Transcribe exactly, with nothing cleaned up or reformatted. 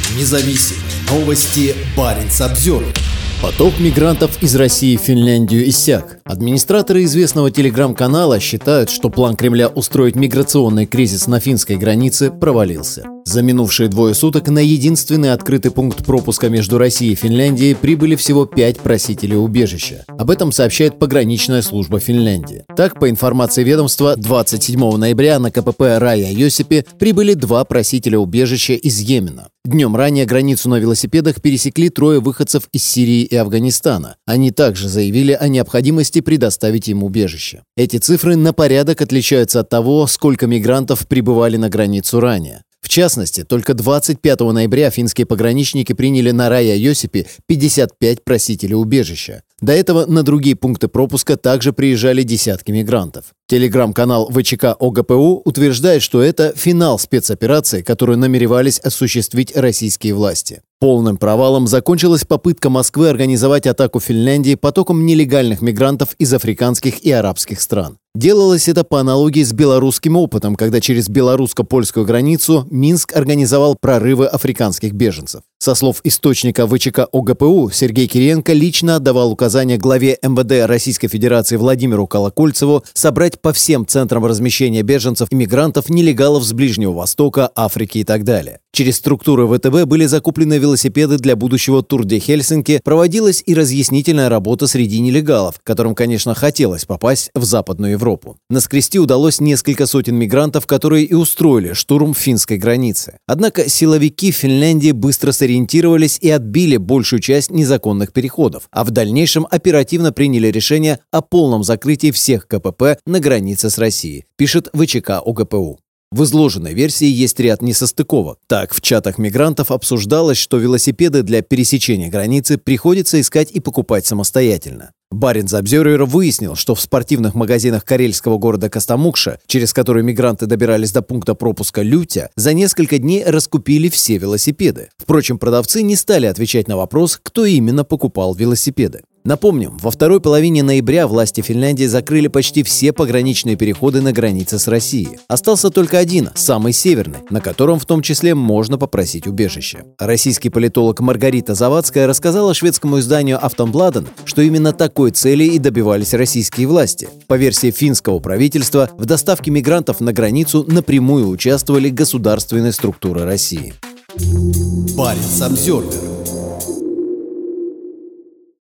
независим. Новости Баренц-Обзервер. Поток мигрантов из России в Финляндию иссяк. Администраторы известного телеграм-канала считают, что план Кремля устроить миграционный кризис на финской границе провалился. За минувшие двое суток на единственный открытый пункт пропуска между Россией и Финляндией прибыли всего пять просителей убежища. Об этом сообщает пограничная служба Финляндии. Так, по информации ведомства, двадцать седьмого ноября на ка пэ пэ Раja-Jooseppi прибыли два просителя убежища из Йемена. Днем ранее границу на велосипедах пересекли трое выходцев из Сирии и Афганистана. Они также заявили о необходимости предоставить им убежище. Эти цифры на порядок отличаются от того, сколько мигрантов прибывали на границу ранее. В частности, только двадцать пятого ноября финские пограничники приняли на Раja-Jooseppi пятьдесят пять просителей убежища. До этого на другие пункты пропуска также приезжали десятки мигрантов. Телеграм-канал вэ че ка о гэ пэ у утверждает, что это финал спецоперации, которую намеревались осуществить российские власти. Полным провалом закончилась попытка Москвы организовать атаку Финляндии потоком нелегальных мигрантов из африканских и арабских стран. Делалось это по аналогии с белорусским опытом, когда через белорусско-польскую границу Минск организовал прорывы африканских беженцев. Со слов источника вэ че ка о гэ пэ у, Сергей Кириенко лично отдавал указания главе эм вэ дэ Российской Федерации Владимиру Колокольцеву собрать по всем центрам размещения беженцев и мигрантов нелегалов с Ближнего Востока, Африки и так далее. Через структуры вэ тэ бэ были закуплены велосипеды для будущего Тур де Хельсинки, проводилась и разъяснительная работа среди нелегалов, которым, конечно, хотелось попасть в Западную Европу. Наскрести удалось несколько сотен мигрантов, которые и устроили штурм финской границы. Однако силовики в Финляндии быстро сориентировались и отбили большую часть незаконных переходов, а в дальнейшем оперативно приняли решение о полном закрытии всех ка пэ пэ на границе с Россией, пишет вэ че ка о гэ пэ у. В изложенной версии есть ряд несостыковок. Так, в чатах мигрантов обсуждалось, что велосипеды для пересечения границы приходится искать и покупать самостоятельно. Баренц-Обзервер выяснил, что в спортивных магазинах карельского города Костомукша, через который мигранты добирались до пункта пропуска Лютя, за несколько дней раскупили все велосипеды. Впрочем, продавцы не стали отвечать на вопрос, кто именно покупал велосипеды. Напомним, во второй половине ноября власти Финляндии закрыли почти все пограничные переходы на границе с Россией. Остался только один, самый северный, на котором в том числе можно попросить убежище. Российский политолог Маргарита Завадская рассказала шведскому изданию Aftonbladet, что именно такой цели и добивались российские власти. По версии финского правительства, в доставке мигрантов на границу напрямую участвовали государственные структуры России. Баренц-Обзервер.